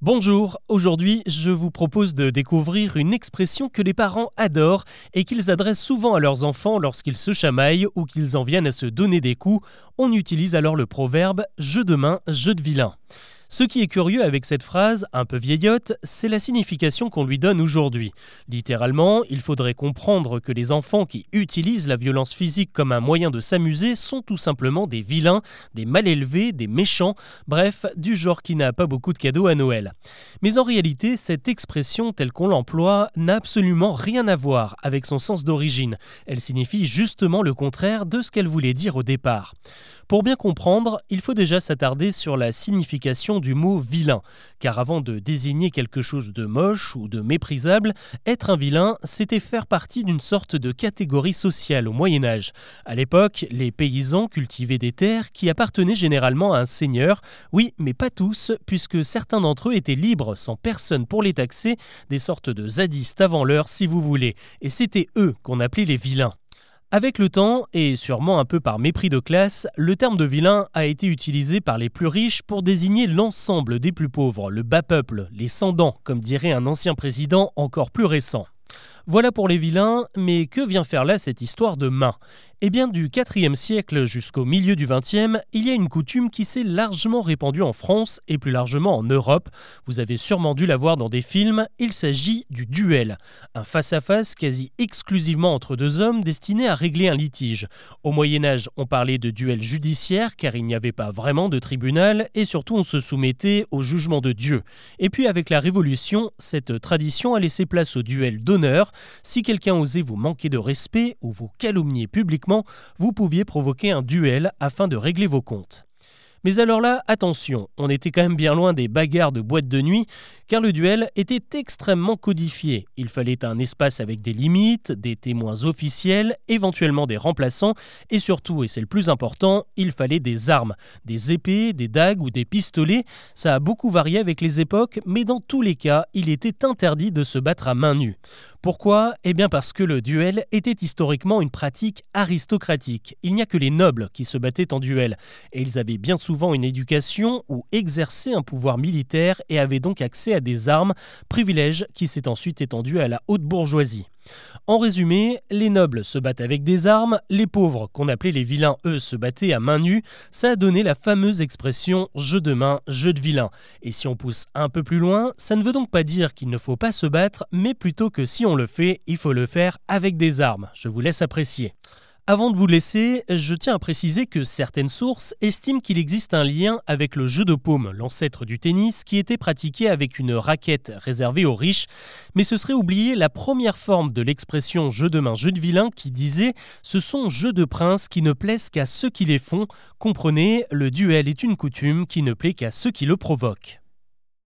Bonjour, aujourd'hui je vous propose de découvrir une expression que les parents adorent et qu'ils adressent souvent à leurs enfants lorsqu'ils se chamaillent ou qu'ils en viennent à se donner des coups. On utilise alors le proverbe « jeu de main, jeu de vilain ». Ce qui est curieux avec cette phrase, un peu vieillotte, c'est la signification qu'on lui donne aujourd'hui. Littéralement, il faudrait comprendre que les enfants qui utilisent la violence physique comme un moyen de s'amuser sont tout simplement des vilains, des mal élevés, des méchants, bref, du genre qui n'a pas beaucoup de cadeaux à Noël. Mais en réalité, cette expression telle qu'on l'emploie n'a absolument rien à voir avec son sens d'origine. Elle signifie justement le contraire de ce qu'elle voulait dire au départ. Pour bien comprendre, il faut déjà s'attarder sur la signification du mot vilain, car avant de désigner quelque chose de moche ou de méprisable, être un vilain, c'était faire partie d'une sorte de catégorie sociale au Moyen-Âge. À l'époque, les paysans cultivaient des terres qui appartenaient généralement à un seigneur, oui, mais pas tous, puisque certains d'entre eux étaient libres sans personne pour les taxer, des sortes de zadistes avant l'heure si vous voulez, et c'était eux qu'on appelait les vilains. Avec le temps, et sûrement un peu par mépris de classe, le terme de vilain a été utilisé par les plus riches pour désigner l'ensemble des plus pauvres, le bas peuple, les sans-dents, comme dirait un ancien président encore plus récent. Voilà pour les vilains, mais que vient faire là cette histoire de main ? Eh bien, du IVe siècle jusqu'au milieu du XXe, il y a une coutume qui s'est largement répandue en France et plus largement en Europe. Vous avez sûrement dû la voir dans des films, il s'agit du duel. Un face-à-face quasi exclusivement entre deux hommes destiné à régler un litige. Au Moyen-Âge, on parlait de duel judiciaire car il n'y avait pas vraiment de tribunal et surtout on se soumettait au jugement de Dieu. Et puis avec la Révolution, cette tradition a laissé place au duel d'honneur. Si quelqu'un osait vous manquer de respect ou vous calomnier publiquement, vous pouviez provoquer un duel afin de régler vos comptes. Mais alors là, attention, on était quand même bien loin des bagarres de boîte de nuit, car le duel était extrêmement codifié. Il fallait un espace avec des limites, des témoins officiels, éventuellement des remplaçants, et surtout, et c'est le plus important, il fallait des armes, des épées, des dagues ou des pistolets. Ça a beaucoup varié avec les époques, mais dans tous les cas, il était interdit de se battre à main nue. Pourquoi ? Eh bien parce que le duel était historiquement une pratique aristocratique. Il n'y a que les nobles qui se battaient en duel, et ils avaient bien souvent une éducation ou exerçaient un pouvoir militaire et avaient donc accès à des armes, privilège qui s'est ensuite étendu à la haute bourgeoisie. En résumé, les nobles se battent avec des armes, les pauvres, qu'on appelait les vilains, eux, se battaient à main nue. Ça a donné la fameuse expression « jeu de main, jeu de vilain ». Et si on pousse un peu plus loin, ça ne veut donc pas dire qu'il ne faut pas se battre, mais plutôt que si on le fait, il faut le faire avec des armes. Je vous laisse apprécier. Avant de vous laisser, je tiens à préciser que certaines sources estiment qu'il existe un lien avec le jeu de paume, l'ancêtre du tennis, qui était pratiqué avec une raquette réservée aux riches. Mais ce serait oublier la première forme de l'expression jeu de main, jeu de vilain qui disait « ce sont jeux de princes qui ne plaisent qu'à ceux qui les font ». Comprenez, le duel est une coutume qui ne plaît qu'à ceux qui le provoquent.